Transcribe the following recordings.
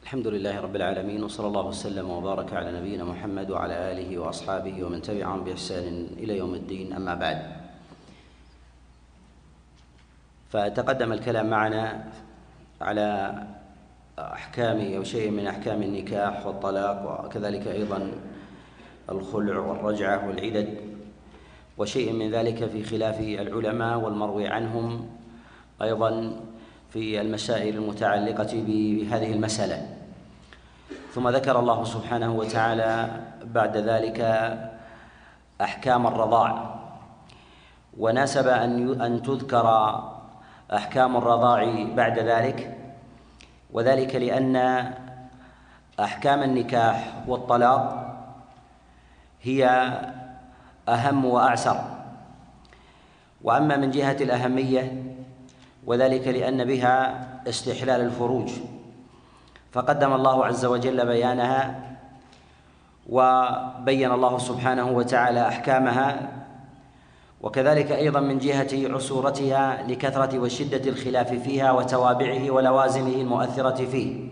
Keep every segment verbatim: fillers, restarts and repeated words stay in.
الحمد لله رب العالمين، وصلى الله وسلم وبارك على نبينا محمد وعلى آله وأصحابه ومن تبعهم بإحسان إلى يوم الدين. أما بعد، فتقدم الكلام معنا على أحكام أو شيء من أحكام النكاح والطلاق، وكذلك أيضا الخلع والرجعة والعدد، وشيء من ذلك في خلاف العلماء والمروي عنهم أيضا في المسائل المتعلقة بهذه المسألة. ثم ذكر الله سبحانه وتعالى بعد ذلك أحكام الرضاع، وناسب أن تذكر أحكام الرضاع بعد ذلك، وذلك لأن أحكام النكاح والطلاق هي أهم وأعسر. وأما من جهة الأهمية وذلك لأن بها استحلال الفروج، فقدم الله عز وجل بيانها، وبين الله سبحانه وتعالى أحكامها، وكذلك أيضا من جهة عسورتها لكثرة وشدة الخلاف فيها وتوابعه ولوازمه المؤثرة فيه.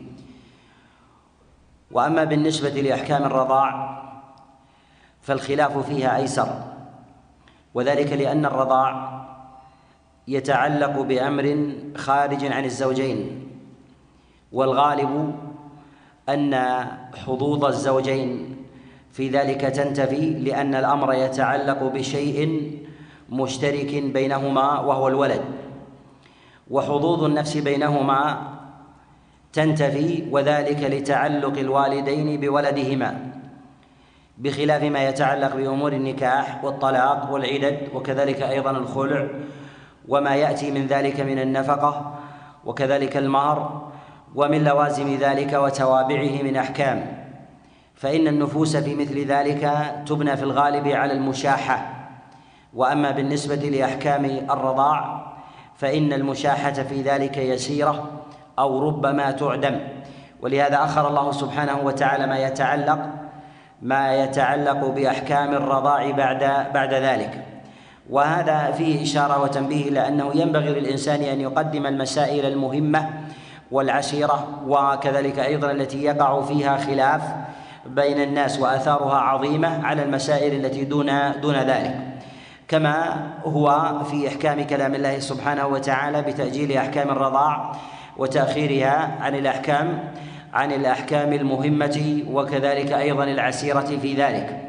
وأما بالنسبة لأحكام الرضاع فالخلاف فيها أيسر، وذلك لأن الرضاع يتعلق بأمر خارج عن الزوجين، والغالب أن حظوظ الزوجين في ذلك تنتفي، لأن الأمر يتعلق بشيء مشترك بينهما وهو الولد، وحظوظ النفس بينهما تنتفي، وذلك لتعلق الوالدين بولدهما، بخلاف ما يتعلق بأمور النكاح والطلاق والعدد، وكذلك أيضا الخلع وما يأتي من ذلك من النفقة، وكذلك المهر، ومن لوازم ذلك وتوابعه من أحكام. فإن النفوس في مثل ذلك تبنى في الغالب على المشاحة. وأما بالنسبة لأحكام الرضاع فإن المشاحة في ذلك يسيرة أو ربما تعدم، ولهذا أخر الله سبحانه وتعالى ما يتعلق ما يتعلق بأحكام الرضاع بعد بعد ذلك. وهذا فيه إشارة وتنبيه إلى أنه ينبغي للإنسان أن يقدم المسائل المهمة والعسيرة، وكذلك أيضا التي يقع فيها خلاف بين الناس وآثارها عظيمة، على المسائل التي دون دون ذلك، كما هو في إحكام كلام الله سبحانه وتعالى بتأجيل أحكام الرضاع وتأخيرها عن الأحكام عن الأحكام المهمة، وكذلك أيضا العسيرة في ذلك.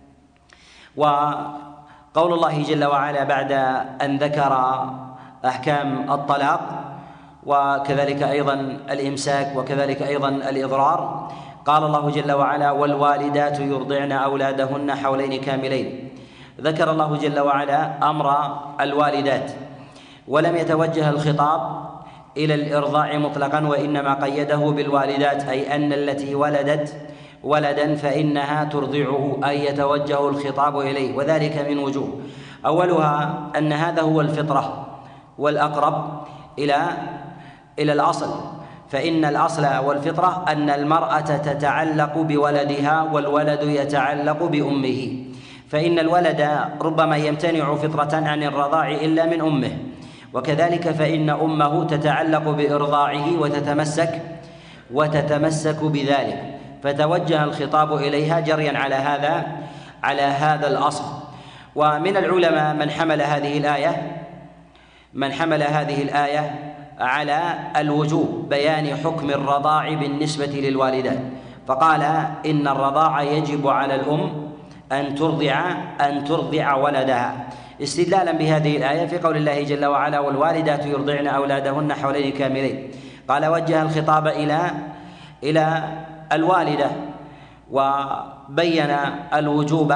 وقول الله جل وعلا بعد أن ذكر أحكام الطلاق وكذلك أيضا الإمساك وكذلك أيضا الإضرار، قال الله جل وعلا: والوالدات يرضعن أولادهن حولين كاملين. ذكر الله جل وعلا أمر الوالدات، ولم يتوجه الخطاب إلى الإرضاع مطلقا، وإنما قيده بالوالدات، أي أن التي ولدت ولدا فإنها ترضعه، أي يتوجه الخطاب إليه، وذلك من وجوه. أولها أن هذا هو الفطرة والأقرب إلى إلى الأصل، فإن الأصل والفطرة أن المرأة تتعلق بولدها والولد يتعلق بأمه، فإن الولد ربما يمتنع فطرة عن الرضاع إلا من أمه، وكذلك فإن أمه تتعلق بإرضاعه وتتمسك وتتمسك بذلك، فتوجه الخطاب إليها جريا على هذا على هذا الأصل. ومن العلماء من حمل هذه الآية من حمل هذه الآية على الوجوب بيان حكم الرضاع بالنسبة للوالدات، فقال إن الرضاع يجب على الأم أن ترضع أن ترضع ولدها، استدلالا بهذه الآية في قول الله جل وعلا: والوالدات يرضعن أولادهن حولين كاملين. قال وجه الخطاب إلى إلى الوالدة، وبين الوجوب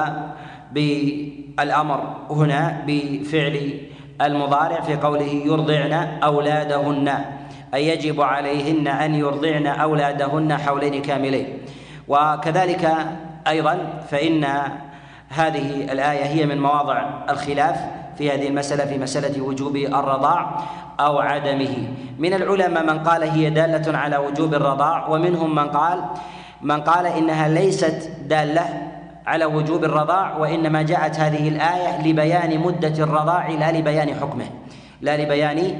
بالأمر هنا بفعل المضارع في قوله يرضعن أولادهن، أي يجب عليهن أن يرضعن أولادهن حولين كاملين. وكذلك أيضا فإن هذه الآية هي من مواضع الخلاف في هذه المسألة، في مسألة وجوب الرضاع أو عدمه. من العلماء من قال هي دالة على وجوب الرضاع، ومنهم من قال من قال إنها ليست دالة على وجوب الرضاع، وإنما جاءت هذه الآية لبيان مدة الرضاع لا لبيان حكمه لا لبيان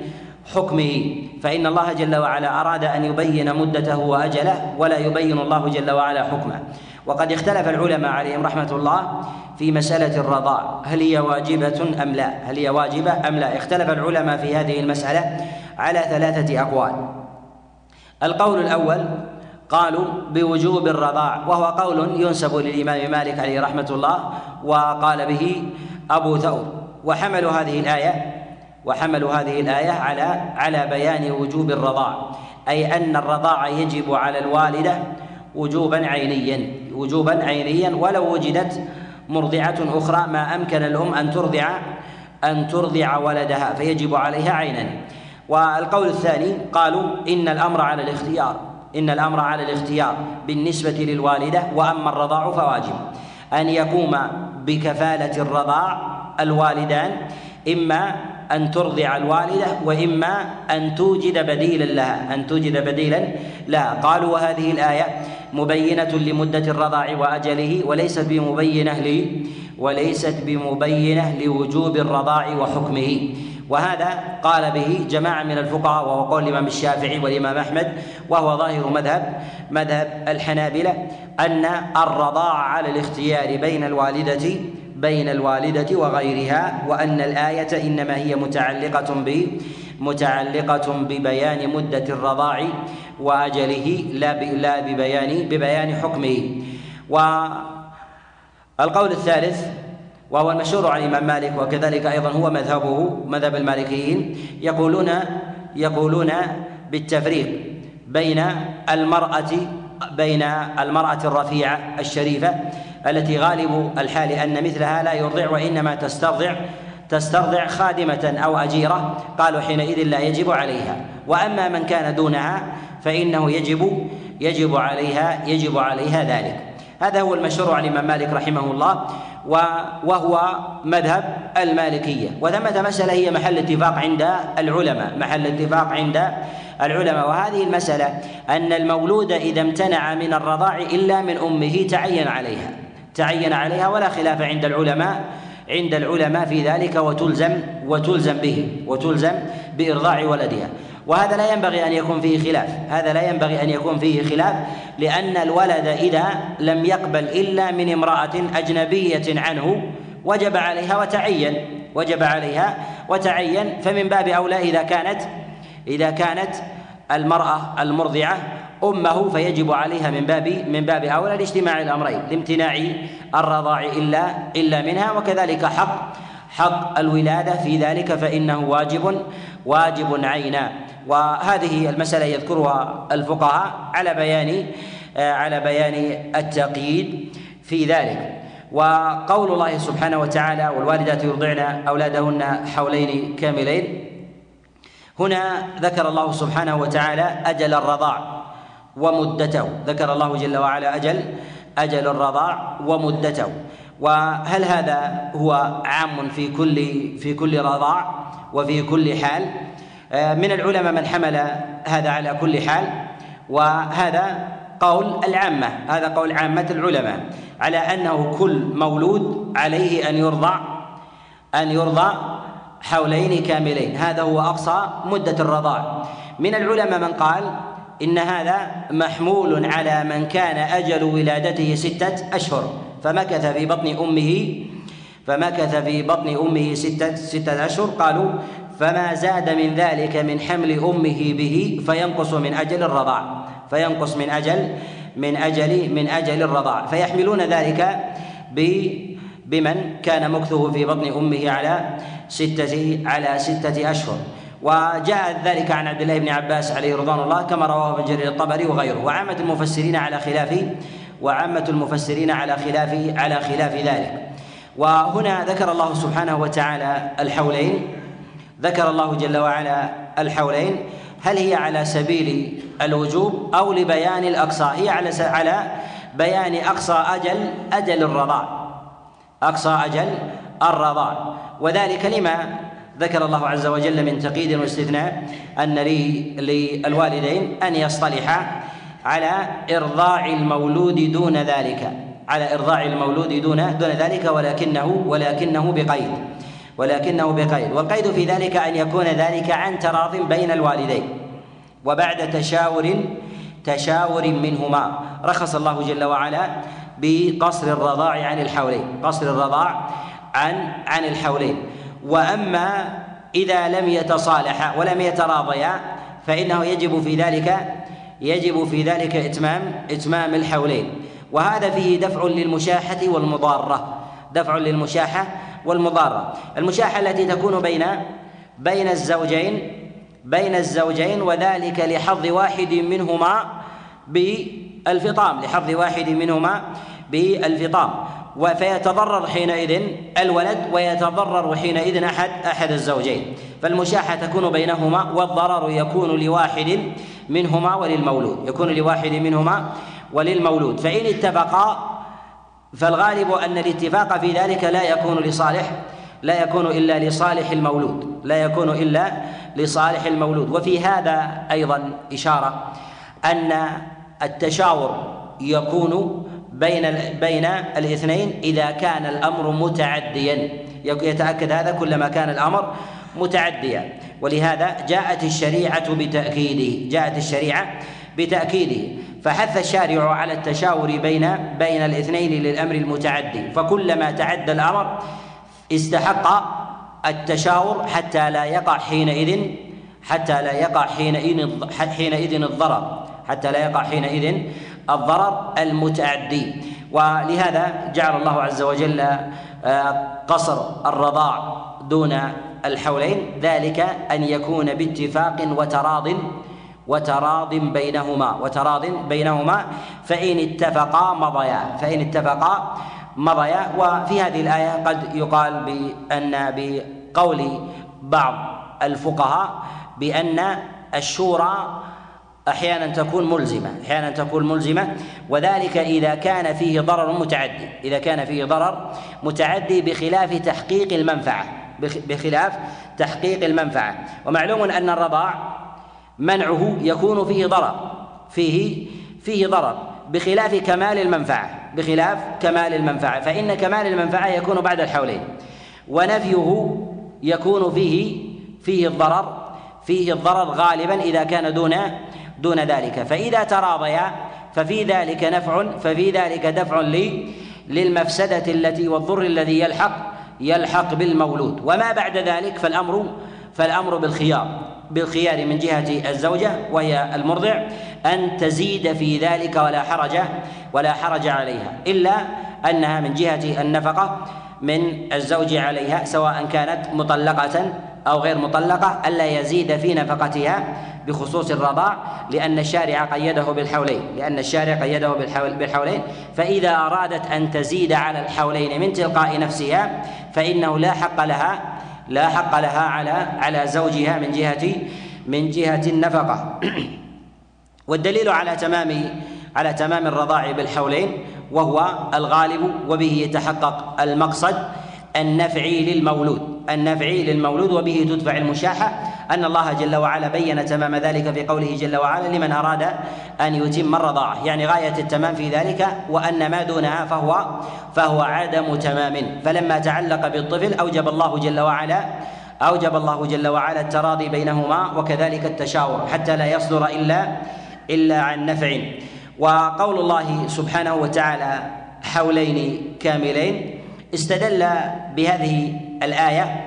حكمه، فإن الله جل وعلا أراد أن يبين مدته وأجله ولا يبين الله جل وعلا حكمه. وقد اختلف العلماء عليهم رحمة الله في مسألة الرضاع، هل هي واجبة أم لا؟ هل هي واجبة أم لا؟ اختلف العلماء في هذه المسألة على ثلاثة أقوال. القول الأول قالوا بوجوب الرضاع، وهو قول ينسب للإمام مالك عليه رحمة الله، وقال به أبو ثور، وحملوا هذه الآية وحملوا هذه الآية على على بيان وجوب الرضاع، أي أن الرضاع يجب على الوالدة وجوبا عينيا وجوبا عينيا ولو وجدت مرضعة أخرى ما أمكن الأم أن ترضع أن ترضع ولدها فيجب عليها عينا. والقول الثاني قالوا إن الأمر على الاختيار إن الأمر على الاختيار بالنسبة للوالدة، وأما الرضاع فواجب أن يقوم بكفالة الرضاع الوالدان، إما أن ترضع الوالدة وإما أن توجد بديلا لها أن توجد بديلا لها. قالوا وهذه الآية مبينة لمدة الرضاع وأجله، وليست بمبينة لي وليست بمبينة لوجوب الرضاع وحكمه. وهذا قال به جماعة من الفقهاء، وهو قول الإمام الشافعي والإمام أحمد، وهو ظاهر مذهب مذهب الحنابلة، أن الرضاع على الاختيار بين الوالدة بين الوالدة وغيرها، وأن الآية إنما هي متعلقة ب متعلقة ببيان مدة الرضاع وأجله لا لا ببيان ببيان حكمه. والقول الثالث وهو المشهور عن الإمام مالك، وكذلك أيضا هو مذهبه مذهب المالكيين، يقولون يقولون بالتفريق بين المرأة بين المرأة الرفيعة الشريفة التي غالب الحال أن مثلها لا يرضع وإنما تسترضع تسترضع خادمة أو أجيرة، قالوا حينئذ لا يجب عليها. وأما من كان دونها فإنه يجب يجب عليها يجب عليها ذلك. هذا هو المشهور عن الإمام مالك رحمه الله، وهو مذهب المالكية. وثمة مسألة هي محل اتفاق عند العلماء محل اتفاق عند العلماء وهذه المسألة أن المولود إذا امتنع من الرضاع إلا من أمه تعين عليها تعين عليها ولا خلاف عند العلماء عند العلماء في ذلك، وتلزم وتلزم به وتلزم بإرضاع ولدها. وهذا لا ينبغي أن يكون فيه خلاف هذا لا ينبغي أن يكون فيه خلاف لأن الولد إذا لم يقبل إلا من امرأة أجنبية عنه وجب عليها وتعين وجب عليها وتعين فمن باب أولى إذا كانت إذا كانت المرأة المرضعة أمه، فيجب عليها من باب من باب أولى لاجتماع الأمرين، لامتناع الرضاع إلا إلا منها. وكذلك حق حق الولادة في ذلك فإنه واجب واجب عينا. وهذه المسألة يذكرها الفقهاء على بيان على بيان التقييد في ذلك. وقول الله سبحانه وتعالى والوالدات يرضعن أولادهن حولين كاملين، هنا ذكر الله سبحانه وتعالى أجل الرضاع ومدته، ذكر الله جل وعلا أجل أجل الرضاع ومدته. وهل هذا هو عام في كل في كل رضاع وفي كل حال؟ من العلماء من حمل هذا على كل حال، وهذا قول العامة هذا قول عامة العلماء على أنه كل مولود عليه أن يرضع أن يرضع حولين كاملين، هذا هو أقصى مدة الرضاع. من العلماء من قال إن هذا محمول على من كان أجل ولادته ستة أشهر فمكث في بطن أمه فمكث في بطن أمه ستة ستة أشهر، قالوا فما زاد من ذلك من حمل أمه به فينقص من أجل الرضاع فينقص من أجل من أجل من أجل الرضاع، فيحملون ذلك بمن كان مكثه في بطن أمه على ستة على ستة أشهر. وجاء ذلك عن عبد الله بن عباس عليه رضوان الله كما رواه ابن جرير الطبري وغيره، وعامة المفسرين على خلاف وعامة المفسرين على خلاف على خلاف ذلك. وهنا ذكر الله سبحانه وتعالى الحولين ذكر الله جل وعلا الحولين، هل هي على سبيل الوجوب أو لبيان الأقصى؟ هي على على بيان أقصى أجل أجل الرضاع أقصى أجل الرضاع وذلك لما ذكر الله عز وجل من تقييد واستثناء أن لي للوالدين أن يصطلحا على إرضاع المولود دون ذلك على إرضاع المولود دون دون ذلك ولكنه ولكنه بقيد ولكنه بقيد، والقيد في ذلك أن يكون ذلك عن تراض بين الوالدين وبعد تشاور تشاور منهما. رخص الله جل وعلا بقصر الرضاع عن الحولين، قصر الرضاع عن عن الحولين. وأما إذا لم يتصالحا ولم يتراضيا فإنه يجب في ذلك يجب في ذلك إتمام إتمام الحولين، وهذا فيه دفع للمشاحة والمضارة، دفع للمشاحة والمضارة. المشاحة التي تكون بين بين الزوجين بين الزوجين وذلك لحظ واحد منهما بالفطام، لحظ واحد منهما بالفطام، فيتضرر حينئذ الولد ويتضرر حينئذ أحد أحد الزوجين، فالمشاحة تكون بينهما والضرر يكون لواحد منهما وللمولود، يكون لواحد منهما وللمولود. فإن اتفقا فالغالب أن الاتفاق في ذلك لا يكون لصالح لا يكون إلا لصالح المولود، لا يكون إلا لصالح المولود. وفي هذا أيضا إشارة أن التشاور يكون بين بين الاثنين إذا كان الأمر متعديا، يتأكد هذا كلما كان الأمر متعديا، ولهذا جاءت الشريعة بتأكيده جاءت الشريعة بتأكيده فحث الشارع على التشاور بين بين الاثنين للأمر المتعدي، فكلما تعدى الأمر استحق التشاور حتى لا يقع حينئذ حتى لا يقع حينئذ حينئذ الضرر حتى لا يقع حينئذ الضرر المتعدي. ولهذا جعل الله عز وجل قصر الرضاع دون الحولين، ذلك أن يكون باتفاق وتراض وتراض بينهما وتراض بينهما فإن اتفقا مضيا فإن اتفقا مضيا. وفي هذه الآية قد يقال بأن بقول بعض الفقهاء بأن الشورى أحيانا تكون ملزمة أحيانا تكون ملزمة وذلك إذا كان فيه ضرر متعدي إذا كان فيه ضرر متعدي بخلاف تحقيق المنفعة بخلاف تحقيق المنفعة. ومعلوم أن الرضاع منعه يكون فيه ضرر فيه فيه ضرر بخلاف كمال المنفعة بخلاف كمال المنفعة فإن كمال المنفعة يكون بعد الحولين، ونفيه يكون فيه فيه الضرر فيه الضرر غالبا إذا كان دون دون ذلك. فإذا تراضيا ففي ذلك نفع ففي ذلك دفع لي للمفسدة التي والضر الذي يلحق يلحق بالمولود. وما بعد ذلك فالأمر فالأمر بالخيار بالخيار من جهة الزوجة وهي المرضع أن تزيد في ذلك ولا حرج ولا حرج عليها، إلا أنها من جهة النفقة من الزوج عليها سواء كانت مطلقة أو غير مطلقة ألا يزيد في نفقتها بخصوص الرضاع، لأن الشارع قيده بالحولين لأن الشارع قيده بالحولين فإذا أرادت أن تزيد على الحولين من تلقاء نفسها فإنه لا حق لها لا حق لها على على زوجها من جهة من جهة النفقة. والدليل على تمام على تمام الرضاع بالحولين وهو الغالب وبه يتحقق المقصد النفعي للمولود النفعي للمولود وبه تدفع المشاحة، أن الله جل وعلا بين تمام ذلك في قوله جل وعلا لمن أراد أن يتم الرضاعة، يعني غاية التمام في ذلك، وأن ما دونها فهو فهو عدم تمام. فلما تعلق بالطفل أوجب الله جل وعلا أوجب الله جل وعلا التراضي بينهما وكذلك التشاور حتى لا يصدر إلا إلا عن نفع. وقول الله سبحانه وتعالى حولين كاملين استدل بهذه الآية،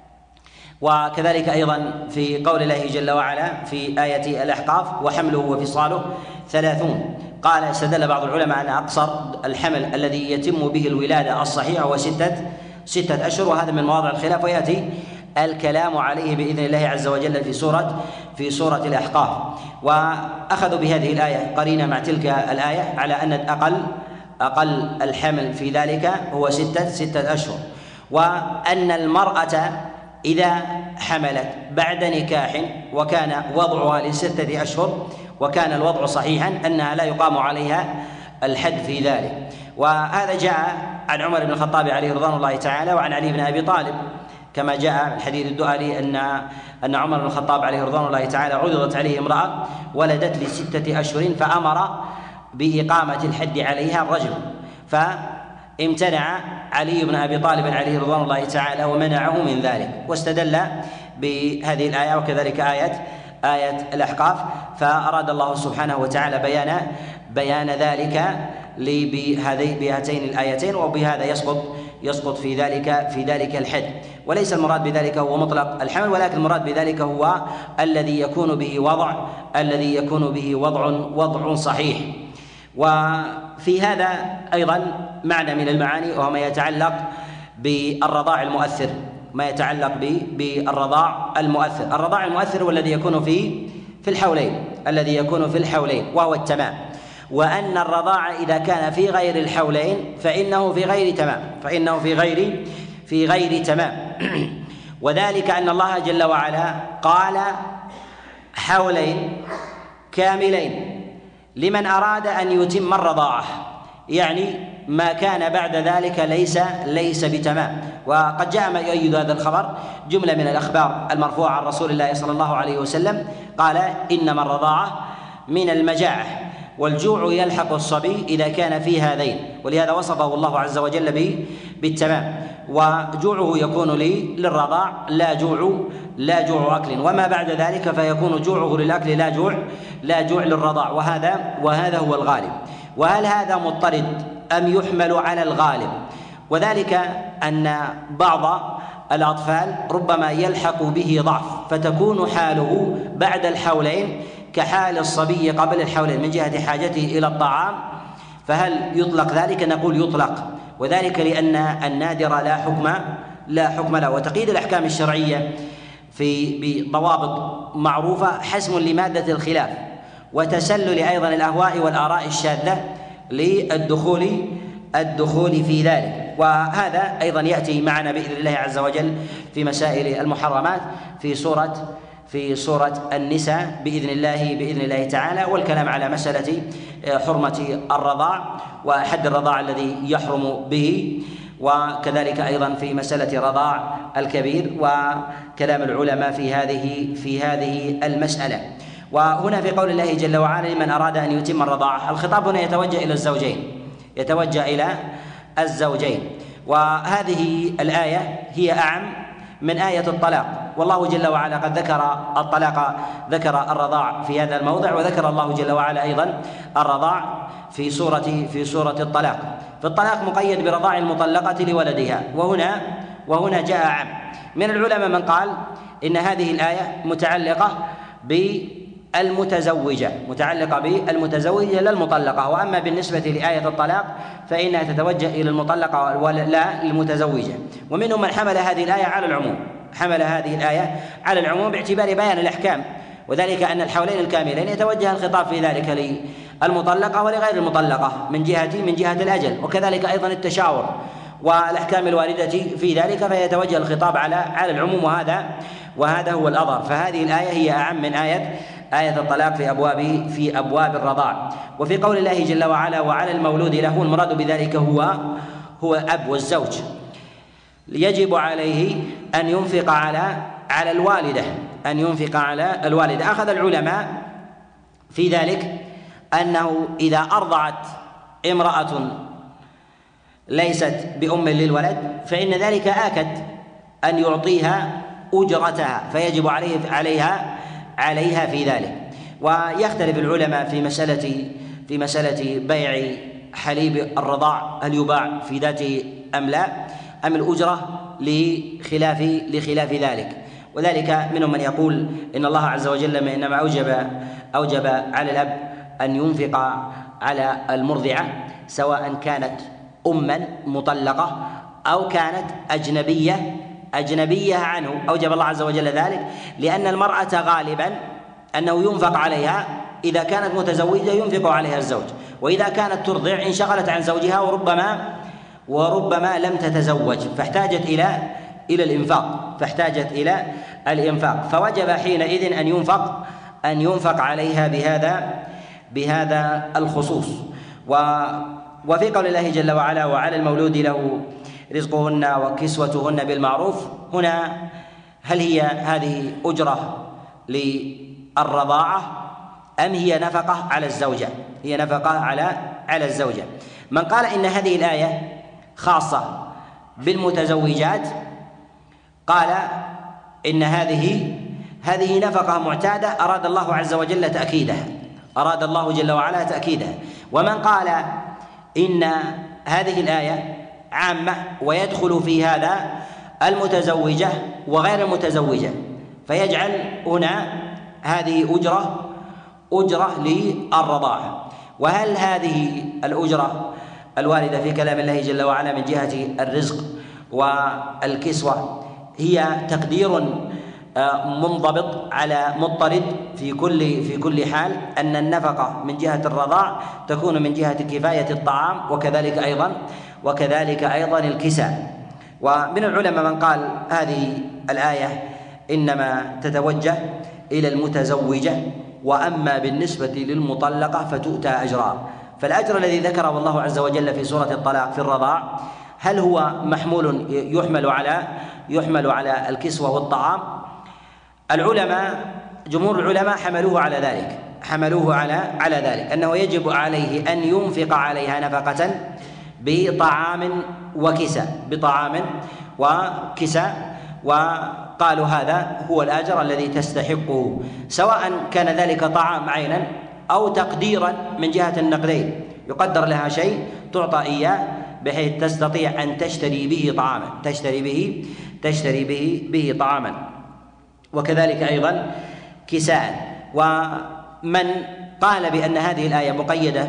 وكذلك أيضا في قول الله جل وعلا في آية الأحقاف وحمله وفصاله ثلاثون، قال استدل بعض العلماء أن أقصر الحمل الذي يتم به الولادة الصحيحة هو ستة ستة أشهر، وهذا من مواضع الخلاف ويأتي الكلام عليه بإذن الله عز وجل في سورة في سورة الأحقاف. وأخذوا بهذه الآية قرينة مع تلك الآية على أن أقل أقل الحمل في ذلك هو ستة ستة أشهر، وأن المرأة إذا حملت بعد نكاح وكان وضعها لستة أشهر وكان الوضع صحيحا أنها لا يقام عليها الحد في ذلك. وهذا جاء عن عمر بن الخطاب عليه رضوان الله تعالى وعن علي بن أبي طالب كما جاء من حديث الدؤلي أن أن عمر بن الخطاب عليه رضوان الله تعالى عرضت عليه امرأة ولدت لستة أشهر فأمر بإقامة الحد عليها الرجل، امتنع علي بن أبي طالب عليه رضوان الله تعالى ومنعه من ذلك، واستدل بهذه الآية وكذلك آية آية الأحقاف، فأراد الله سبحانه وتعالى بيان بيان ذلك بهاتين الآيتين، وبهذا يسقط يسقط في ذلك في ذلك الحد. وليس المراد بذلك هو مطلق الحمل، ولكن المراد بذلك هو الذي يكون به وضع الذي يكون به وضع وضع صحيح. وفي هذا أيضا معنى من المعاني وهو ما يتعلق بالرضاع المؤثر، ما يتعلق بالرضاع المؤثر. الرضاع المؤثر هو الذي يكون في في الحولين الذي يكون في الحولين وهو التمام، وأن الرضاع إذا كان في غير الحولين فإنه في غير تمام فإنه في غير في غير تمام وذلك أن الله جل وعلا قال حولين كاملين لمن أراد أن يتم الرضاعة، يعني ما كان بعد ذلك ليس ليس بتمام. وقد جاء ما يؤيد هذا الخبر جملة من الأخبار المرفوعة عن رسول الله صلى الله عليه وسلم، قال إنما الرضاعة من المجاعة والجوع يلحق الصبي إذا كان في هذين، ولهذا وصفه الله عز وجل بالتمام. وجوعه يكون لي للرضاع لا جوع لا جوع أكل، وما بعد ذلك فيكون جوعه للأكل لا جوع لا جوع للرضاع، وهذا وهذا هو الغالب. وهل هذا مضطرد أم يحمل على الغالب؟ وذلك أن بعض الأطفال ربما يلحق به ضعف فتكون حاله بعد الحولين كحال الصبي قبل الحولين من جهة حاجته إلى الطعام، فهل يطلق ذلك؟ نقول يطلق، وذلك لأن النادر لا حكم لا حكم له. وتقييد الأحكام الشرعية في بضوابط معروفة حسم لمادة الخلاف، وتسلل أيضا الأهواء والآراء الشاذة للدخول الدخول في ذلك. وهذا أيضا يأتي معنا بإذن الله عز وجل في مسائل المحرمات في سورة في سورة النساء بإذن الله بإذن الله تعالى، والكلام على مسألة حرمة الرضاع وحد الرضاع الذي يحرم به، وكذلك أيضا في مسألة رضاع الكبير وكلام العلماء في هذه في هذه المسألة. وهنا في قول الله جل وعلا لمن أراد أن يتم الرضاعة، الخطاب هنا يتوجه إلى الزوجين يتوجه إلى الزوجين وهذه الآية هي أعم من آية الطلاق، والله جل وعلا قد ذكر الطلاق ذكر الرضاع في هذا الموضع، وذكر الله جل وعلا أيضا الرضاع في سورة في سورة الطلاق. فالطلاق مقيد برضاع المطلقة لولدها، وهنا وهنا جاء عام. من العلماء من قال إن هذه الآية متعلقة بالمتزوجة متعلقة بالمتزوجة لا المطلقة، وأما بالنسبة لآية الطلاق فإنها تتوجه إلى المطلقة ولا للمتزوجة. ومنهم من حمل هذه الآية على العموم حمل هذه الآية على العموم باعتبار بيان الأحكام، وذلك أن الحولين الكاملين يتوجه الخطاب في ذلك للمطلقة ولغير المطلقة من جهة من جهة الأجل، وكذلك أيضا التشاور والأحكام الواردة في ذلك، فيتوجه الخطاب على على العموم، وهذا وهذا هو الأظهر. فهذه الآية هي أعم من آية آية الطلاق في أبواب في أبواب الرضاع. وفي قول الله جل وعلا وعلى المولود له، المراد بذلك هو هو الأب والزوج، يجب عليه أن ينفق على على الوالدة أن ينفق على الوالدة. أخذ العلماء في ذلك أنه إذا أرضعت امرأة ليست بأم للولد فإن ذلك آكد أن يعطيها أجرتها، فيجب عليه عليها عليها في ذلك. ويختلف العلماء في مسألة في مسألة بيع حليب الرضاع، هل يباع في ذاته أم لا، أم الأجرة لخلاف لخلاف ذلك. وذلك منهم من يقول إن الله عز وجل إنما أوجب أوجب على الأب أن ينفق على المرضعة سواء كانت أما مطلقة أو كانت أجنبية أجنبية عنه، أوجب الله عز وجل ذلك لأن المرأة غالبا أنه ينفق عليها، إذا كانت متزوجة ينفق عليها الزوج، وإذا كانت ترضع انشغلت عن زوجها وربما وربما لم تتزوج فاحتاجت إلى إلى الإنفاق فاحتاجت إلى الإنفاق فوجب حينئذ أن ينفق أن ينفق عليها بهذا بهذا الخصوص. و وفي قول الله جل وعلا وعلى المولود له رزقهن وكسوتهن بالمعروف، هنا هل هي هذه أجرة للرضاعة أم هي نفقة على الزوجة؟ هي نفقة على على الزوجة. من قال إن هذه الآية خاصة بالمتزوجات، قال إن هذه هذه نفقة معتادة أراد الله عز وجل تأكيدها، أراد الله جل وعلا تأكيدها. ومن قال إن هذه الآية عامة ويدخل في هذا المتزوجة وغير المتزوجة، فيجعل هنا هذه أجرة أجرة للرضاعة. وهل هذه الأجرة الواردة في كلام الله جل وعلا من جهة الرزق والكسوة هي تقدير منضبط على مضطرد في كل في كل حال، أن النفقة من جهة الرضاع تكون من جهة كفاية الطعام وكذلك أيضا وكذلك أيضا الكساء. ومن العلماء من قال هذه الآية إنما تتوجه إلى المتزوجة، وأما بالنسبة للمطلقة فتؤتى أجرها. فالأجر الذي ذكره الله عز وجل في سورة الطلاق في الرضاع هل هو محمول يحمل على يحمل على الكسوة والطعام؟ العلماء جمهور العلماء حملوه على ذلك حملوه على على ذلك أنه يجب عليه أن ينفق عليها نفقة بطعام وكساء بطعام وكساء وقالوا هذا هو الأجر الذي تستحقه، سواء كان ذلك طعام عينا أو تقديرا من جهة النقدين، يقدر لها شيء تعطى إياه بحيث تستطيع أن تشتري به طعاما تشتري به تشتري به به طعاما وكذلك أيضا كساء. ومن قال بأن هذه الآية مقيدة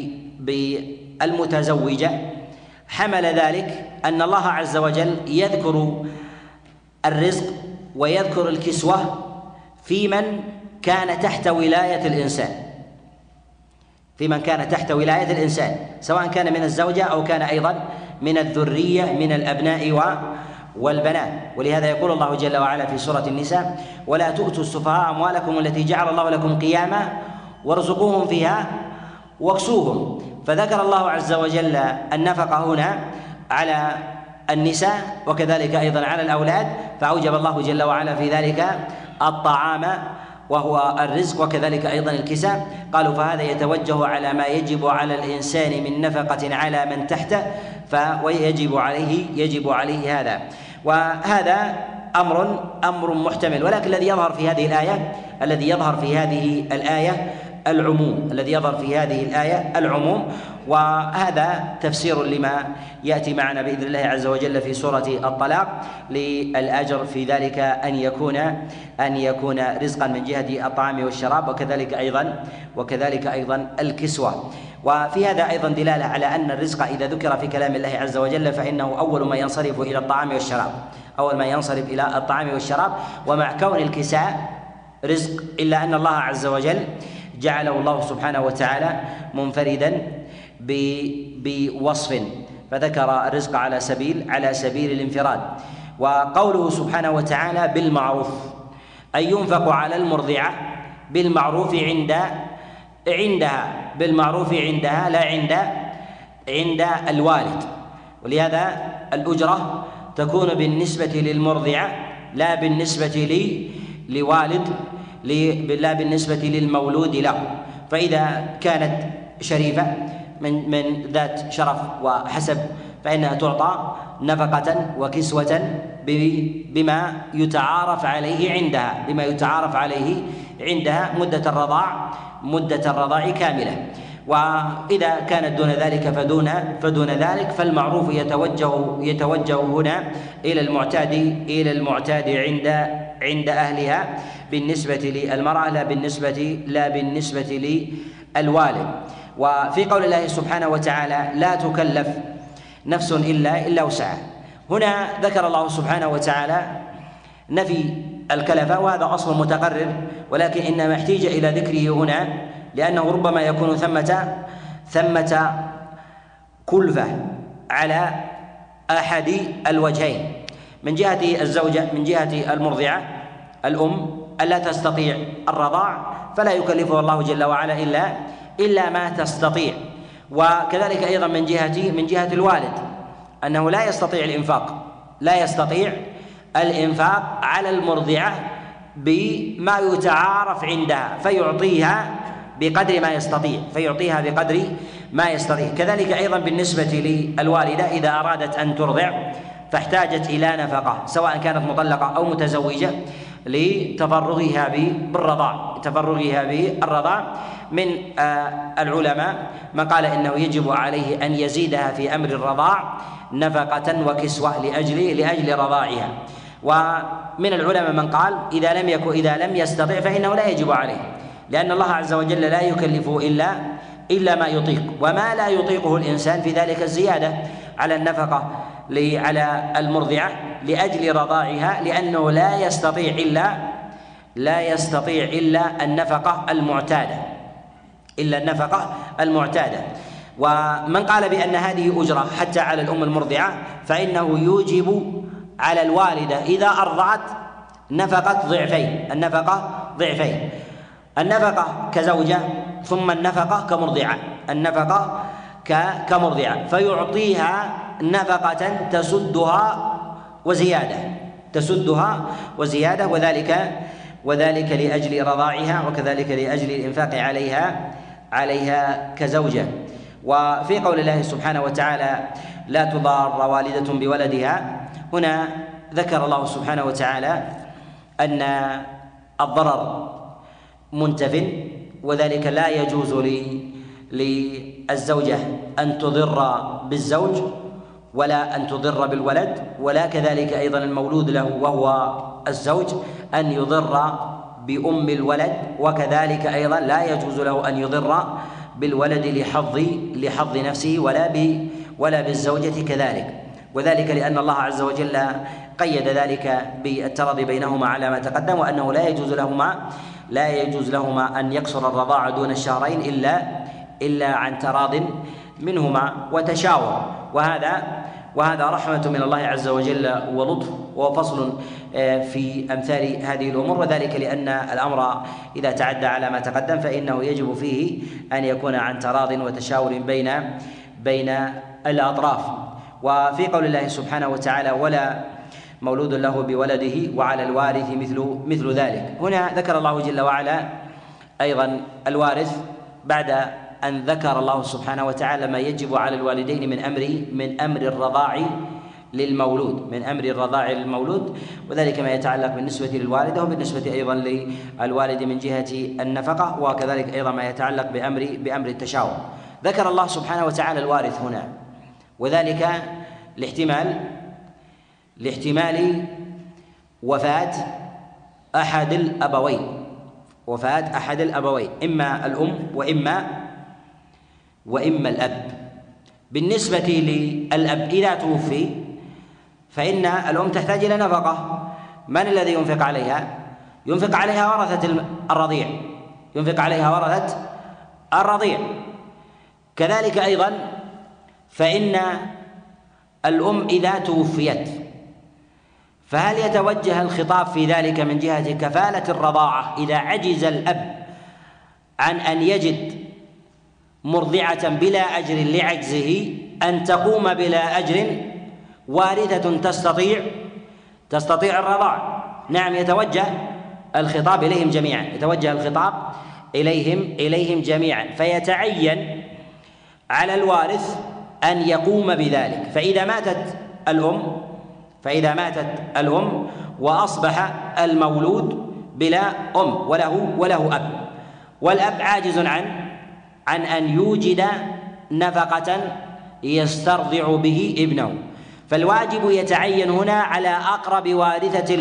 بالمتزوجة حمل ذلك أن الله عز وجل يذكر الرزق ويذكر الكسوة في من كان تحت ولاية الإنسان في من كان تحت ولاية الإنسان سواء كان من الزوجة أو كان أيضا من الذرية من الأبناء والبنات. ولهذا يقول الله جل وعلا في سورة النساء: ولا تؤتوا السفهاء أموالكم التي جعل الله لكم قياما وارزقوهم فيها واكسوهم. فذكر الله عز وجل النفقة هنا على النساء وكذلك أيضا على الأولاد، فأوجب الله جل وعلا في ذلك الطعام وهو الرزق وكذلك أيضا الكساء. قالوا فهذا يتوجه على ما يجب على الإنسان من نفقة على من تحته، فيجب عليه يجب عليه هذا. وهذا أمر أمر محتمل، ولكن الذي يظهر في هذه الآية الذي يظهر في هذه الآية العموم الذي يظهر في هذه الآية العموم وهذا تفسير لما يأتي معنا بإذن الله عز وجل في سورة الطلاق للأجر في ذلك أن يكون أن يكون رزقا من جهة الطعام والشراب وكذلك أيضا وكذلك أيضا الكسوة. وفي هذا أيضا دلالة على أن الرزق إذا ذكر في كلام الله عز وجل فإنه أول ما ينصرف إلى الطعام والشراب أول ما ينصرف إلى الطعام والشراب ومع كون الكساء رزق، إلا أن الله عز وجل جعله الله سبحانه وتعالى منفردا بوصف، فذكر الرزق على سبيل على سبيل الانفراد. وقوله سبحانه وتعالى بالمعروف أي ينفق على المرضعة بالمعروف عند عندها بالمعروف عندها لا عند عند الوالد، ولهذا الأجرة تكون بالنسبة للمرضعة لا بالنسبة لي لوالد لا بالنسبة للمولود له. فإذا كانت شريفة من من ذات شرف وحسب فإنها تعطى نفقة وكسوة بما يتعارف عليه عندها بما يتعارف عليه عندها مدة الرضاع مدة الرضاع كاملة. وإذا كانت دون ذلك فدون فدون ذلك فالمعروف يتوجه يتوجه هنا إلى المعتاد إلى المعتاد عند عند أهلها بالنسبة للمرأة لا بالنسبة لا بالنسبة للوالد. وفي قول الله سبحانه وتعالى لا تكلف نفس إلا إلا وسعها، هنا ذكر الله سبحانه وتعالى نفي الكلفة وهذا أصل متقرر، ولكن إنما احتيج إلى ذكره هنا لأنه ربما يكون ثمة ثمة كلفة على أحد الوجهين، من جهة الزوجة من جهة المرضعة الأم ألا تستطيع الرضاع فلا يكلفها الله جل وعلا إلا إلا ما تستطيع، وكذلك أيضا من جهة من جهة الوالد أنه لا يستطيع الإنفاق لا يستطيع الإنفاق على المرضعة بما يتعارف عندها فيعطيها بقدر ما يستطيع، فيعطيها بقدر ما يستطيع. كذلك أيضا بالنسبة للوالدة إذا أرادت أن ترضع فاحتاجت إلى نفقة سواء كانت مطلقة أو متزوجة لتفرغها بالرضاع تفرغها بالرضاع من العلماء من قال إنه يجب عليه أن يزيدها في أمر الرضاع نفقة وكسوة لأجل لأجل رضاعها. ومن العلماء من قال إذا لم يكن إذا لم يستطع فإنه لا يجب عليه، لأن الله عز وجل لا يكلفه إلا إلا ما يطيق، وما لا يطيقه الإنسان في ذلك الزيادة على النفقة على المرضعة لأجل رضاعها، لأنه لا يستطيع إلا لا يستطيع إلا النفقة المعتادة إلا النفقة المعتادة. ومن قال بأن هذه أجرة حتى على الأم المرضعة فإنه يوجب على الوالدة إذا أرضعت نفقة ضعفين النفقة ضعفين النفقة كزوجة ثم النفقة كمرضعة النفقة كمرضعة فيعطيها نفقة تسدها وزيادة تسدها وزيادة وذلك وذلك لأجل رضاعها وكذلك لأجل الإنفاق عليها عليها كزوجة. وفي قول الله سبحانه وتعالى لا تضار والدة بولدها، هنا ذكر الله سبحانه وتعالى أن الضرر منتف، وذلك لا يجوز للزوجة أن تضر بالزوج ولا أن تضر بالولد، ولا كذلك أيضا المولود له وهو الزوج أن يضر بأم الولد، وكذلك أيضا لا يجوز له أن يضر بالولد لحظ لحظ نفسه ولا ب ولا بالزوجة كذلك، وذلك لأن الله عز وجل قيد ذلك بالتراضي بينهما على ما تقدم، وأنه لا يجوز لهما لا يجوز لهما أن يقصر الرضاعة دون الشهرين إلا إلا عن تراض منهما وتشاور، وهذا وهذا رحمة من الله عز وجل ولطف وفصل في أمثال هذه الأمور، وذلك لأن الأمر إذا تعدى على ما تقدم فإنه يجب فيه أن يكون عن تراض وتشاور بين بين الأطراف. وفي قول الله سبحانه وتعالى ولا مولود له بولده وعلى الوارث مثل مثل ذلك، هنا ذكر الله جل وعلا أيضا الوارث بعد أن ذكر الله سبحانه وتعالى ما يجب على الوالدين من أمر من أمر الرضاع للمولود من أمر الرضاع للمولود، وذلك ما يتعلق بالنسبة للوالدة وبالنسبة أيضا للوالد من جهة النفقة، وكذلك أيضا ما يتعلق بأمر بأمر التشاور. ذكر الله سبحانه وتعالى الوارث هنا، وذلك لاحتمال لاحتمال وفاة أحد الأبوين وفاة أحد الأبوين إما الأم وإما وإما الأب. بالنسبة للأب إذا توفي فإن الأم تحتاج إلى نفقة، من الذي ينفق عليها؟ ينفق عليها ورثة الرضيع ينفق عليها ورثة الرضيع. كذلك أيضا فإن الأم إذا توفيت فهل يتوجه الخطاب في ذلك من جهة كفالة الرضاعة إذا عجز الأب عن أن يجد مرضعة بلا أجر لعجزه أن تقوم بلا أجر وارثة تستطيع تستطيع الرضاعة؟ نعم، يتوجه الخطاب إليهم جميعا يتوجه الخطاب إليهم إليهم جميعا فيتعين على الوارث أن يقوم بذلك. فإذا ماتت الأم فإذا ماتت الأم وأصبح المولود بلا أم وله وله أب، والأب عاجز عن عن أن يوجد نفقة يسترضع به ابنه، فالواجب يتعين هنا على أقرب وارثة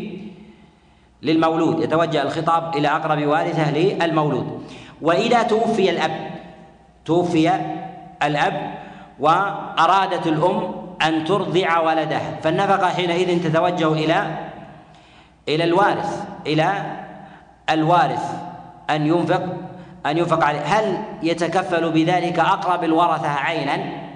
للمولود، يتوجه الخطاب إلى أقرب وارثة للمولود. وإذا توفي الأب توفي الأب وأرادت الأم أن ترضع ولدها فالنفقة حينئذ تتوجه إلى إلى الوارث إلى الوارث أن ينفق أن ينفق عليه. هل يتكفل بذلك أقرب الورثة عينا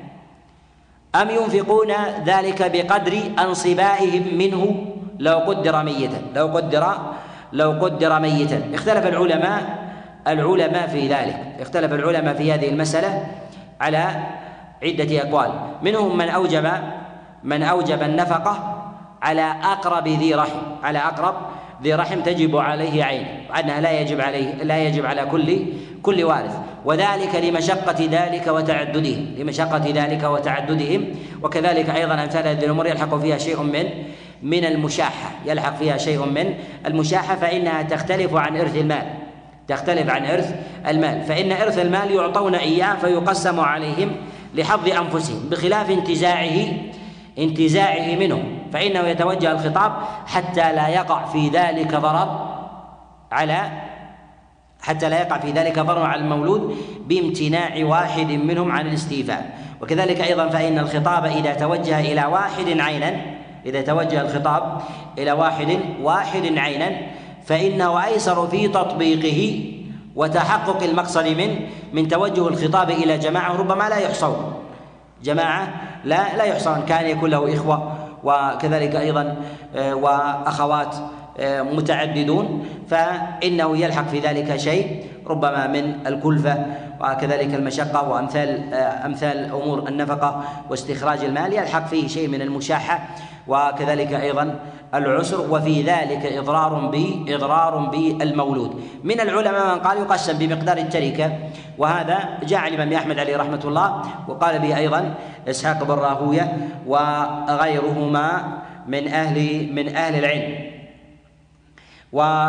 أم ينفقون ذلك بقدر أنصبائهم منه لو قدر ميتا لو قدر لو قدر ميتا؟ اختلف العلماء العلماء في ذلك اختلف العلماء في هذه المسألة على عدة أقوال، منهم من أوجب من أوجب النفقة على أقرب ذي رحم على أقرب ذي رحم تجب عليه عين، أنها لا يجب عليه لا يجب على كل كل وارث، وذلك لمشقة ذلك وتعددهم لمشقة ذلك وتعددهم وكذلك أيضا أمثال هذه الأمور يلحق فيها شيء من من المشاحة يلحق فيها شيء من المشاحة فإنها تختلف عن إرث المال تختلف عن إرث المال فإن إرث المال يعطون إياه فيقسم عليهم لحظ أنفسهم، بخلاف انتزاعه انتزاعه منهم، فإنه يتوجه الخطاب حتى لا يقع في ذلك ضرر على حتى لا يقع في ذلك ضرر على المولود بامتناع واحد منهم عن الاستيفاء. وكذلك أيضا فإن الخطاب إذا توجه إلى واحد عينا إذا توجه الخطاب إلى واحد واحد عينا فإنه أيسر في تطبيقه وتحقق المقصد من من توجه الخطاب إلى جماعة ربما لا يحصون جماعة لا لا يحصون، كان يكون له إخوة وكذلك أيضا وأخوات متعددون، فإنه يلحق في ذلك شيء ربما من الكلفة وكذلك المشقة وأمثال أمثال أمور النفقة واستخراج المال، يلحق فيه شيء من المشاحة وكذلك أيضا العسر، وفي ذلك إضرار بإضرار بالمولود. من العلماء من قال يقسم بمقدار التركة، وهذا جاء عن الإمام أحمد عليه رحمة الله، وقال به أيضا إسحاق بن راهوية وغيرهما من أهل من أهل العلم. و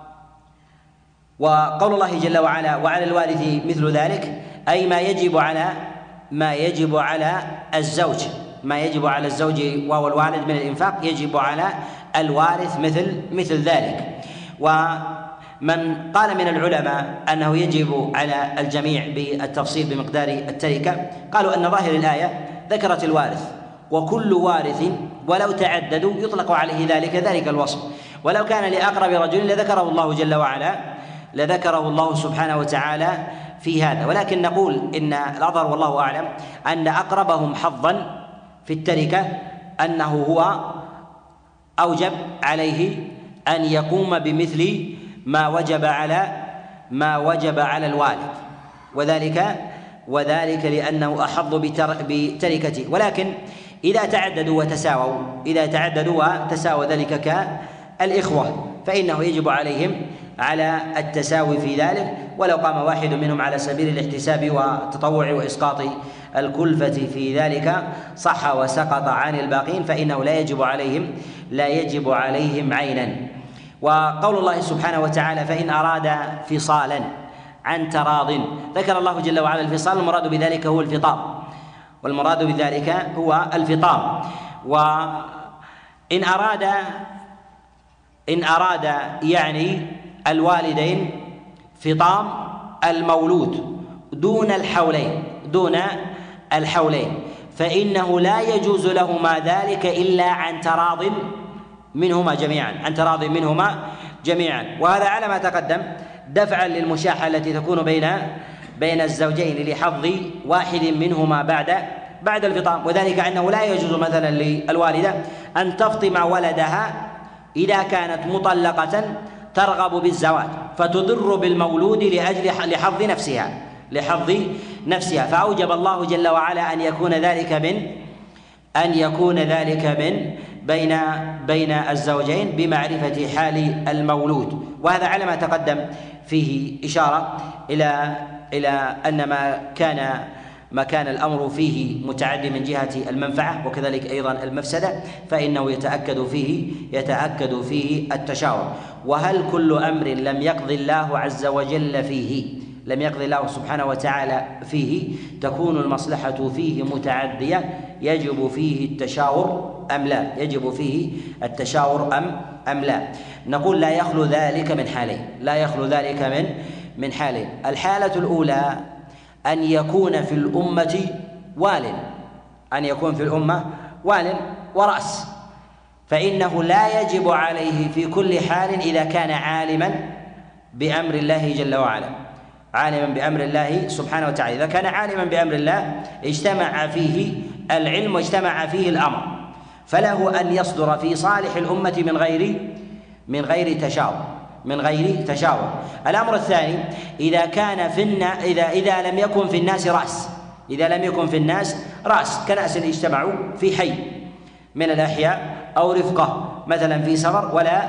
وقول الله جل وعلا وعلى الوارث مثل ذلك، أي ما يجب على ما يجب على الزوج ما يجب على الزوج وهو الوالد من الإنفاق يجب على الوارث مثل مثل ذلك. ومن قال من العلماء أنه يجب على الجميع بالتفصيل بمقدار التركة، قالوا أن ظاهر الآية ذكرت الوارث، وكل وارث ولو تعددوا يطلق عليه ذلك ذلك الوصف، ولو كان لأقرب رجل لذكره الله جل وعلا لذكره الله سبحانه وتعالى في هذا. ولكن نقول إن الأظهر والله أعلم أن أقربهم حظا في التركة أنه هو أوجب عليه أن يقوم بمثل ما وجب على ما وجب على الوالد، وذلك وذلك لأنه أحظ بتركته. ولكن إذا تعددوا وتساووا إذا تعددوا وتساوى ذلك كالإخوة فإنه يجب عليهم على التساوي في ذلك، ولو قام واحد منهم على سبيل الاحتساب والتطوع وإسقاط الكلفة في ذلك صح وسقط عن الباقين، فإنه لا يجب عليهم لا يجب عليهم عينا. وقول الله سبحانه وتعالى فإن أراد فصالا عن تراض، ذكر الله جل وعلا الفصال، المراد بذلك هو الفطام والمراد بذلك هو الفطام. وإن أراد إن أراد يعني الوالدين فطام المولود دون الحولين دون الحولين فإنه لا يجوز لهما ذلك إلا عن تراض منهما جميعا عن تراض منهما جميعا وهذا على ما تقدم دفعا للمشاحة التي تكون بين بين الزوجين لحظ واحد منهما بعد بعد الفطام. وذلك أنه لا يجوز مثلا للوالدة أن تفطم ولدها إذا كانت مطلقة ترغب بالزواج فتضر بالمولود لأجل لحظ نفسها لحظ نفسها فأوجب الله جل وعلا أن يكون ذلك من أن يكون ذلك من بين بين الزوجين بمعرفة حال المولود. وهذا على ما تقدم فيه إشارة إلى إلى أن ما كان ما كان الأمر فيه متعدي من جهة المنفعة وكذلك أيضا المفسدة فإنه يتأكد فيه يتأكد فيه التشاور. وهل كل أمر لم يقضي الله عز وجل فيه لم يقضي الله سبحانه وتعالى فيه تكون المصلحة فيه متعدية يجب فيه التشاور أم لا يجب فيه التشاور أم أم لا؟ نقول لا يخلو ذلك من حالين لا يخلو ذلك من من حالين. الحالة الأولى أن يكون في الأمة وال أن يكون في الأمة وال ورأس، فإنه لا يجب عليه في كل حال إذا كان عالما بأمر الله جل وعلا عالما بأمر الله سبحانه وتعالى. إذا كان عالما بأمر الله اجتمع فيه العلم واجتمع فيه الأمر فله أن يصدر في صالح الأمة من غير من غير تشاور من غير تشاور. الأمر الثاني إذا كان في النا إذا إذا لم يكن في الناس رأس إذا لم يكن في الناس رأس كناس اجتمعوا في حي من الأحياء أو رفقة مثلا في سفر ولا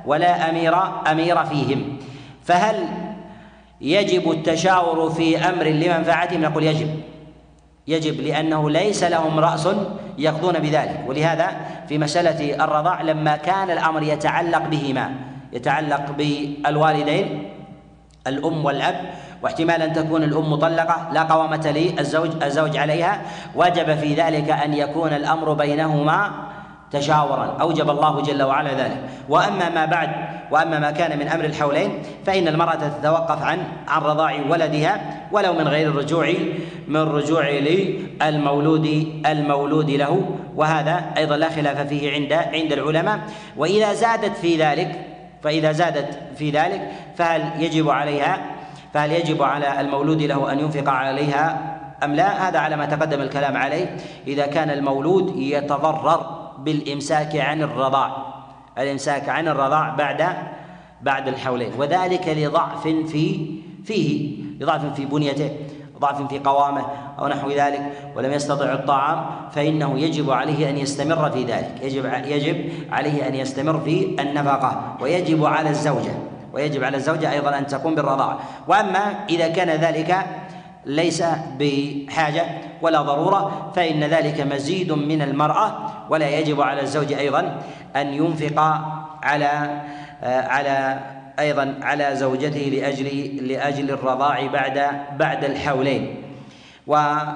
ولا أمير أمير فيهم. فهل يجب التشاور في أمر لمنفعتهم؟ نقول يجب يجب لأنه ليس لهم رأس يقضون بذلك. ولهذا في مسألة الرضاع لما كان الأمر يتعلق بهما، يتعلق بالوالدين الأم والأب، واحتمال أن تكون الأم مطلقة لا قوامة للزوج الزوج عليها، وجب في ذلك أن يكون الأمر بينهما تشاورا، أوجب الله جل وعلا ذلك. وأما ما بعد وأما ما كان من أمر الحولين فإن المرأة تتوقف عن عن رضاع ولدها ولو من غير الرجوع من رجوع للمولود المولود له، وهذا أيضا لا خلاف فيه عند عند العلماء. وإذا زادت في ذلك فإذا زادت في ذلك فهل يجب عليها فهل يجب على المولود له أن ينفق عليها أم لا؟ هذا على ما تقدم الكلام عليه. إذا كان المولود يتضرر بالإمساك عن الرضاع الإمساك عن الرضاع بعد بعد الحولين، وذلك لضعف في فيه لضعف في بنيته، ضعف في قوامه أو نحو ذلك، ولم يستطع الطعام، فإنه يجب عليه أن يستمر في ذلك، يجب يجب عليه أن يستمر في النفقة، ويجب على الزوجة ويجب على الزوجة أيضا أن تقوم بالرضاعة. وأما إذا كان ذلك ليس بحاجة ولا ضرورة فإن ذلك مزيد من المرأة، ولا يجب على الزوج أيضا أن ينفق على على أيضا على زوجته لأجل لأجل الرضاع بعد بعد الحولين. وقول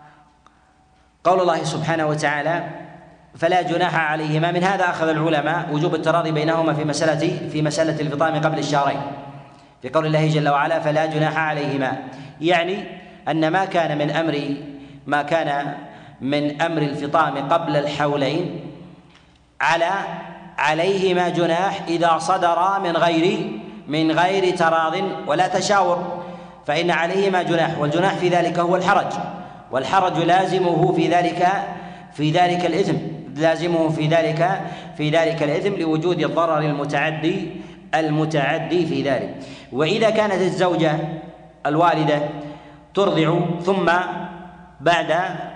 الله سبحانه وتعالى فلا جناح عليهما، من هذا أخذ العلماء وجوب التراضي بينهما في مسألة في مسألة الفطام قبل الشهرين، في قول الله جل وعلا فلا جناح عليهما، يعني أن ما كان من أمر ما كان من أمر الفطام قبل الحولين على عليهما جناح إذا صدر من غير من غير تراض ولا تشاور، فإن عليهما جناح، والجناح في ذلك هو الحرج، والحرج لازمه في ذلك في ذلك الإثم لازمه في ذلك في ذلك الإثم لوجود الضرر المتعدي المتعدي في ذلك. وإذا كانت الزوجة الوالدة ترضع ثم بعد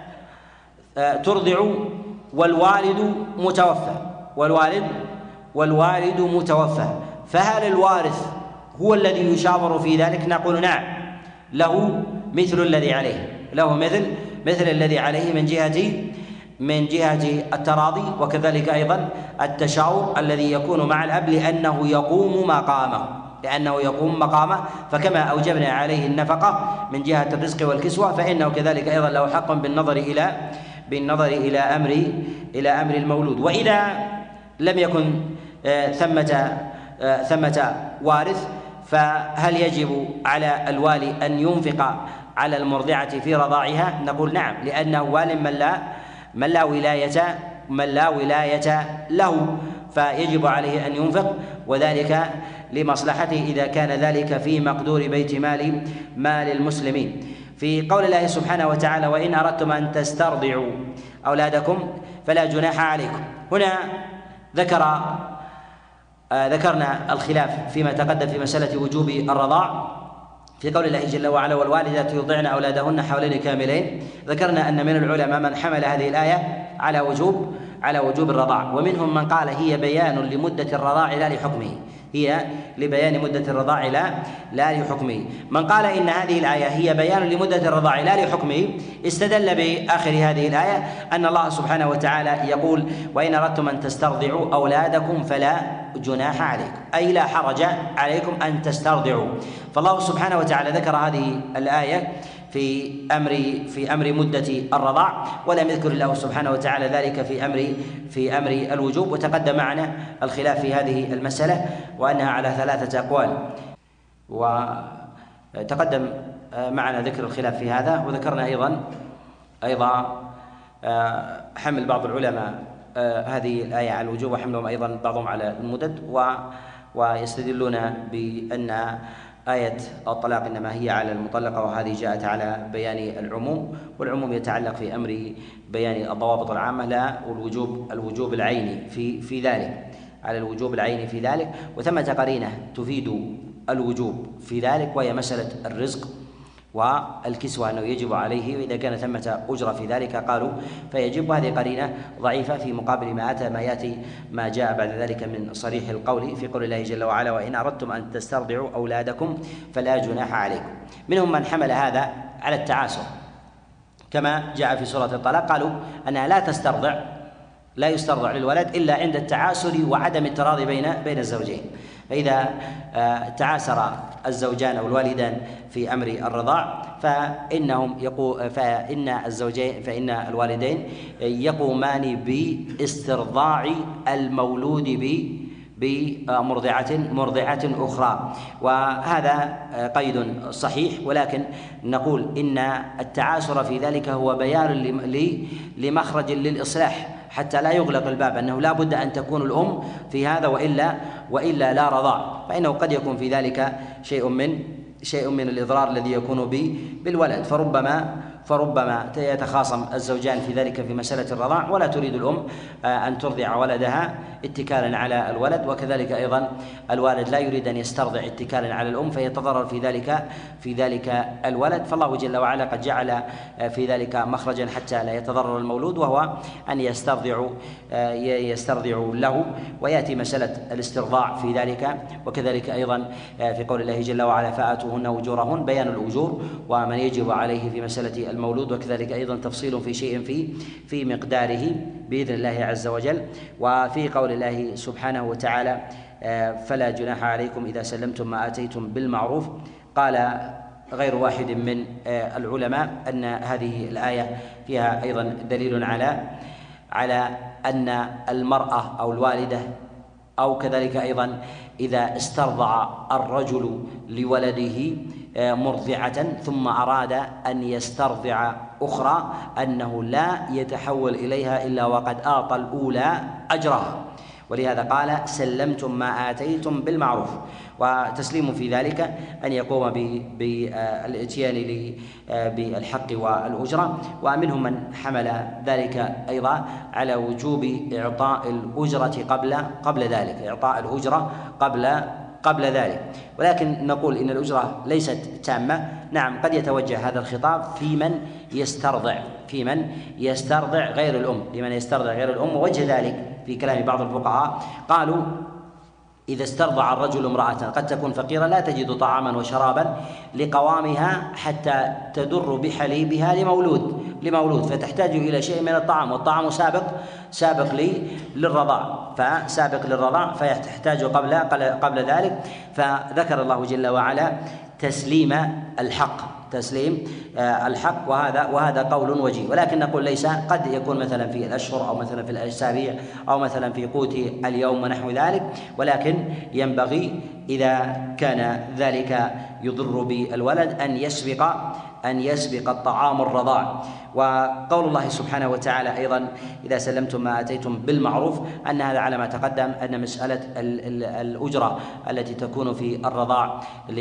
ترضع والوالد متوفى والوالد والوالد متوفى فهل الوارث هو الذي يشاور في ذلك؟ نقول نعم، له مثل الذي عليه له مثل مثل الذي عليه من جهة من جهة التراضي، وكذلك أيضا التشاور الذي يكون مع الأب لأنه يقوم مقامه لأنه يقوم مقامه فكما أوجبنا عليه النفقة من جهة الرزق والكسوة فإنه كذلك أيضا له حق بالنظر إلى بالنظر إلى أمر إلى أمر المولود. وإذا لم يكن ثمة ثمة وارث فهل يجب على الوالي أن ينفق على المرضعة في رضاعها؟ نقول نعم، لأنه وال من لا من لا ولاية من لا ولاية له، فيجب عليه أن ينفق، وذلك لمصلحته إذا كان ذلك في مقدور بيت مال مال المسلمين. في قول الله سبحانه وتعالى وإن أردتم أن تسترضعوا أولادكم فلا جناح عليكم، هنا ذكر آه ذكرنا الخلاف فيما تقدم في مسألة وجوب الرضاع في قول الله جل وعلا والوالدات يرضعن أولادهن حولين كاملين. ذكرنا أن من العلماء من حمل هذه الآية على وجوب على وجوب الرضاع، ومنهم من قال هي بيان لمدة الرضاع لا لحكمه هي لبيان مدة الرضاع لا لا لحكمه. من قال إن هذه الآية هي بيان لمدة الرضاع لا لحكمه استدل بآخر هذه الآية أن الله سبحانه وتعالى يقول وإن أردتم أن تسترضعوا أولادكم فلا جناح عليكم، أي لا حرج عليكم أن تسترضعوا. فالله سبحانه وتعالى ذكر هذه الآية في أمر في أمر مدة الرضاع، ولم يذكر الله سبحانه وتعالى ذلك في أمر في أمر الوجوب. وتقدم معنا الخلاف في هذه المسألة وأنها على ثلاثة أقوال، وتقدم معنا ذكر الخلاف في هذا. وذكرنا أيضا أيضا حمل بعض العلماء هذه الآية على الوجوب وحملهم أيضا بعضهم على المدد، ويستدلون بأن آية الطلاق إنما هي على المطلقة، وهذه جاءت على بيان العموم، والعموم يتعلق في أمر بيان الضوابط العامة لا والوجوب الوجوب العيني في في ذلك على الوجوب العيني في ذلك. وثمة قرينة تفيد الوجوب في ذلك وهي مسألة الرزق والكسوة أنه يجب عليه، وإذا كان ثمة أجرة في ذلك قالوا فيجب. وهذه قرينة ضعيفة في مقابل ما أتى ما يأتي ما جاء بعد ذلك من صريح القول في قول الله جل وعلا: وإن أردتم أن تسترضعوا أولادكم فلا جناح عليكم. منهم من حمل هذا على التعاسر كما جاء في سورة الطلاق، قالوا أنها لا تسترضع لا يسترضع للولد إلا عند التعاسر وعدم التراضي بين بين الزوجين. فإذا تعاسر الزوجان أو الوالدان في أمر الرضاع فإنهم يقو فإن الزوجين فإن الوالدين يقومان باسترضاع المولود ب بمرضعة مرضعة أخرى، وهذا قيد صحيح. ولكن نقول إن التعاسر في ذلك هو بيان لمخرج للإصلاح حتى لا يغلق الباب، أنه لا بد أن تكون الأم في هذا وإلا وإلا لا رضاع، فإنه قد يكون في ذلك شيء من شيء من الإضرار الذي يكون به بالولد، فربما فربما يتخاصم الزوجان في ذلك في مسألة الرضاع، ولا تريد الأم أن ترضع ولدها اتكالا على الولد، وكذلك أيضا الوالد لا يريد أن يسترضع اتكالا على الأم فيتضرر في ذلك في ذلك الولد. فالله جل وعلا قد جعل في ذلك مخرجا حتى لا يتضرر المولود، وهو أن يسترضع يسترضع له، ويأتي مسألة الاسترضاع في ذلك. وكذلك أيضا في قول الله جل وعلا: فآتوهن أجورهن، بيان الأجور ومن يجب عليه في مسألة المولود، وكذلك أيضا تفصيل في شيء في في مقداره بإذن الله عز وجل. وفي قول الله سبحانه وتعالى: فلا جناح عليكم إذا سلمتم ما آتيتم بالمعروف، قال غير واحد من العلماء أن هذه الآية فيها أيضا دليل على على أن المرأة أو الوالدة أو كذلك أيضا إذا استرضع الرجل لولده مرضعة ثم أراد أن يسترضع أخرى أنه لا يتحول إليها إلا وقد أعطى الأولى أجرها، ولهذا قال: سلمتم ما آتيتم بالمعروف. وتسليم في ذلك أن يقوم بالإتيان بالحق والأجرة. ومنهم من حمل ذلك أيضا على وجوب إعطاء الأجرة قبل قبل ذلك إعطاء الأجرة قبل قبل ذلك ولكن نقول إن الأجرة ليست تامة. نعم، قد يتوجه هذا الخطاب في من يسترضع في من يسترضع غير الأم لمن يسترضع غير الأم. ووجه ذلك في كلام بعض الفقهاء قالوا: إذا استرضع الرجل امرأة قد تكون فقيرة لا تجد طعاما وشرابا لقوامها حتى تدر بحليبها لمولود لمولود فتحتاج إلى شيء من الطعام، والطعام سابق سابق لي للرضاع فسابق للرضاع فيحتاج قبل قبل ذلك. فذكر الله جل وعلا تسليم الحق تسليم الحق وهذا وهذا قول وجيه. ولكن نقول ليس، قد يكون مثلا في الأشهر أو مثلا في الأسابيع أو مثلا في قوت اليوم ونحو ذلك، ولكن ينبغي إذا كان ذلك يضر بالولد أن يسبق أن يسبق الطعام الرضاع. وقول الله سبحانه وتعالى أيضا: إذا سلمتم ما آتيتم بالمعروف، أن هذا على ما تقدم أن مسألة الأجرة التي تكون في الرضاع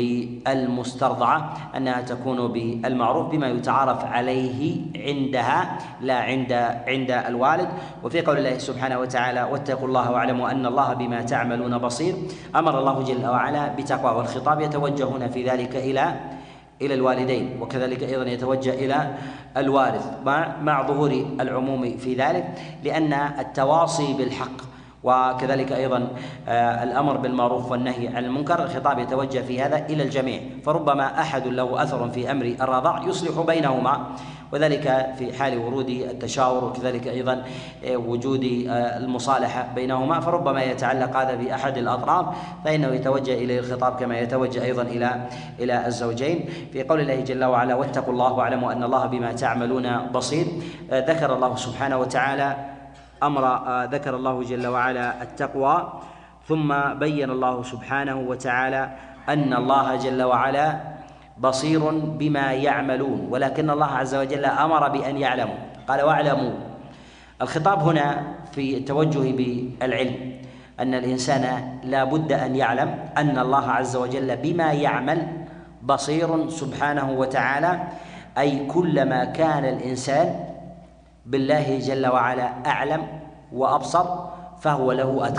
للمسترضعة أنها تكون بالمعروف بما يتعارف عليه عندها لا عند عند الوالد. وفي قول الله سبحانه وتعالى: واتقوا الله واعلموا أن الله بما تعملون بصير، أمر الله جل وعلا بتقوى، والخطاب يتوجه هنا في ذلك إلى إلى الوالدين، وكذلك أيضا يتوجه إلى الوارث مع مع ظهور العموم في ذلك، لأن التواصي بالحق وكذلك أيضا الأمر بالمعروف والنهي عن المنكر الخطاب يتوجه في هذا إلى الجميع. فربما أحد له أثر في أمر الرضاع يصلح بينهما، وذلك في حال ورود التشاور وكذلك أيضا وجود المصالحة بينهما، فربما يتعلق هذا بأحد الأطراف فإنه يتوجه إليه الخطاب كما يتوجه أيضا إلى إلى الزوجين. في قول الله جل وعلا: واتقوا الله واعلموا أن الله بما تعملون بصير، ذكر الله سبحانه وتعالى أمر ذكر الله جل وعلا التقوى، ثم بين الله سبحانه وتعالى أن الله جل وعلا بصير بما يعملون، ولكن الله عز وجل أمر بأن يعلموا، قال: واعلموا. الخطاب هنا في التوجه بالعلم، أن الإنسان لا بد أن يعلم أن الله عز وجل بما يعمل بصير سبحانه وتعالى، أي كلما كان الإنسان بالله جل وعلا أعلم وأبصر فهو له أتقى،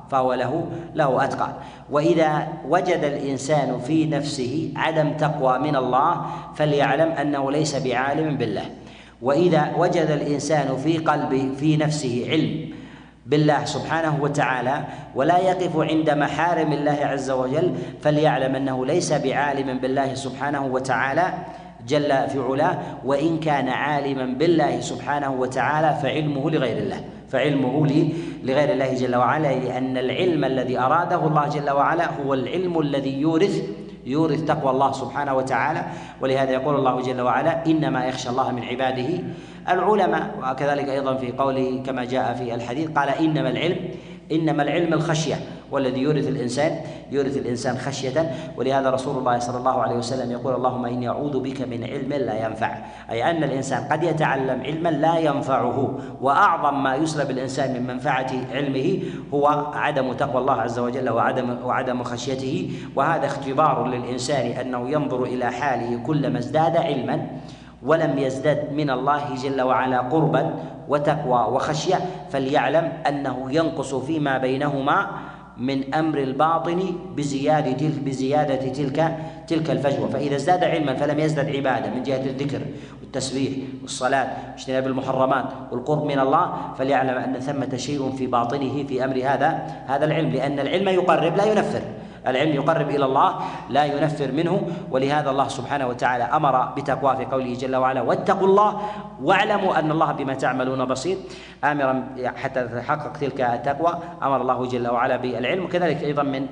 فهو له له أتقى. وإذا وجد الإنسان في نفسه عدم تقوى من الله فليعلم أنه ليس بعالم بالله. وإذا وجد الإنسان في قلبه في نفسه علم بالله سبحانه وتعالى ولا يقف عند محارم الله عز وجل فليعلم أنه ليس بعالم بالله سبحانه وتعالى جل في علاه، وإن كان عالما بالله سبحانه وتعالى فعلمه لغير الله فعلمه لغير الله جل وعلا، لأن العلم الذي أراده الله جل وعلا هو العلم الذي يورث يورث تقوى الله سبحانه وتعالى. ولهذا يقول الله جل وعلا: إنما يخشى الله من عباده العلماء. وكذلك أيضا في قوله كما جاء في الحديث قال: إنما العلم إنما العلم الخشية، والذي يورث الإنسان يورث الإنسان خشية. ولهذا رسول الله صلى الله عليه وسلم يقول: اللهم إني أعوذ بك من علم لا ينفع، أي أن الإنسان قد يتعلم علما لا ينفعه، وأعظم ما يسلب الإنسان من منفعة علمه هو عدم تقوى الله عز وجل وعدم وعدم خشيته. وهذا اختبار للإنسان أنه ينظر إلى حاله كلما ازداد علما ولم يزدد من الله جل وعلا قربا وتقوى وخشية فليعلم أنه ينقص فيما بينهما من أمر الباطن بزيادة بزيادة تلك تلك الفجوة. فإذا ازداد علما فلم يزدد عبادة من جهة الذكر والتسبيح والصلاة واجتناب المحرمات والقرب من الله فليعلم أن ثمة شيء في باطنه في أمر هذا هذا العلم، لأن العلم يقرب لا ينفر، العلم يقرب إلى الله لا ينفر منه. ولهذا الله سبحانه وتعالى أمر بتقوى في قوله جل وعلا: واتقوا الله واعلموا أن الله بما تعملون بصير. آمرا حتى تتحقق تلك التقوى أمر الله جل وعلا بالعلم. وكذلك أيضا من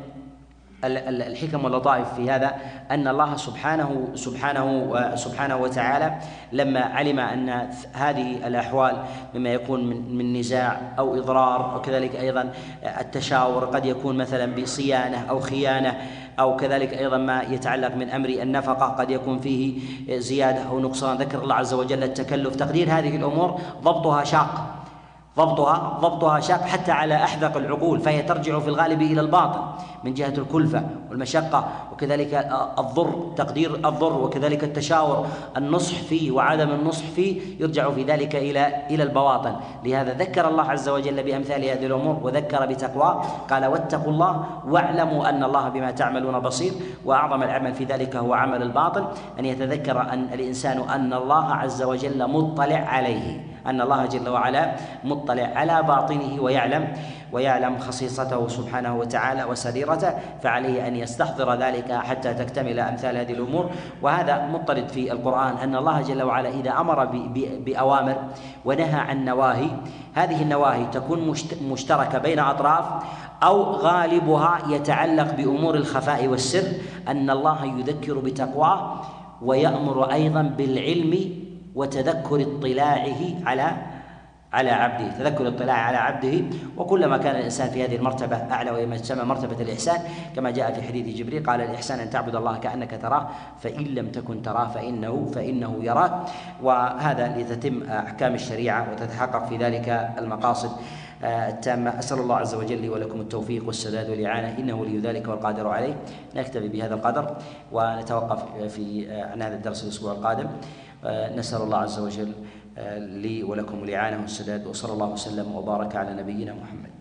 الحكم واللطائف في هذا أن الله سبحانه سبحانه سبحانه وتعالى لما علم أن هذه الأحوال مما يكون من من نزاع أو إضرار، وكذلك أيضا التشاور قد يكون مثلا بصيانة أو خيانة، أو كذلك أيضا ما يتعلق من أمر النفقة قد يكون فيه زيادة أو نقصان، ذكر الله عز وجل التكلف. تقدير هذه الأمور ضبطها شاق ضبطها ضبطها شاق حتى على أحذق العقول، فهي ترجع في الغالب إلى الباطن من جهة الكلفة والمشقة، وكذلك الضر تقدير الضر، وكذلك التشاور النصح فيه وعدم النصح فيه يرجع في ذلك إلى إلى البواطن. لهذا ذكر الله عز وجل بأمثال هذه الأمور وذكر بتقوى، قال: واتقوا الله واعلموا أن الله بما تعملون بصير. وأعظم العمل في ذلك هو عمل الباطن، أن يتذكر أن الإنسان أن الله عز وجل مطلع عليه، أن الله جل وعلا مطلع على باطنه ويعلم ويعلم خصيصته سبحانه وتعالى وسريرته، فعليه أن يستحضر ذلك حتى تكتمل أمثال هذه الأمور. وهذا مضطرد في القرآن أن الله جل وعلا إذا أمر بأوامر ونهى عن نواهي، هذه النواهي تكون مشتركة بين أطراف أو غالبها يتعلق بأمور الخفاء والسر، أن الله يذكر بتقواه ويأمر أيضا بالعلم وتذكر اطلاعه على على عبده تذكر الاطلاع على عبده. وكلما كان الإنسان في هذه المرتبة أعلى وما تسمى مرتبة الإحسان، كما جاء في حديث جبريل قال: الإحسان أن تعبد الله كأنك تراه فإن لم تكن تراه فإنه فإنه يراك. وهذا لتتم أحكام الشريعة وتتحقق في ذلك المقاصد التامة. أسأل الله عز وجل لي ولكم التوفيق والسداد والإعانة، إنه ولي ذلك والقادر عليه. نكتفي بهذا القدر ونتوقف في عن هذا الدرس الأسبوع القادم. نسأل الله عز وجل لي ولكم الإعانة والسداد، وصلى الله وسلم وبارك على نبينا محمد.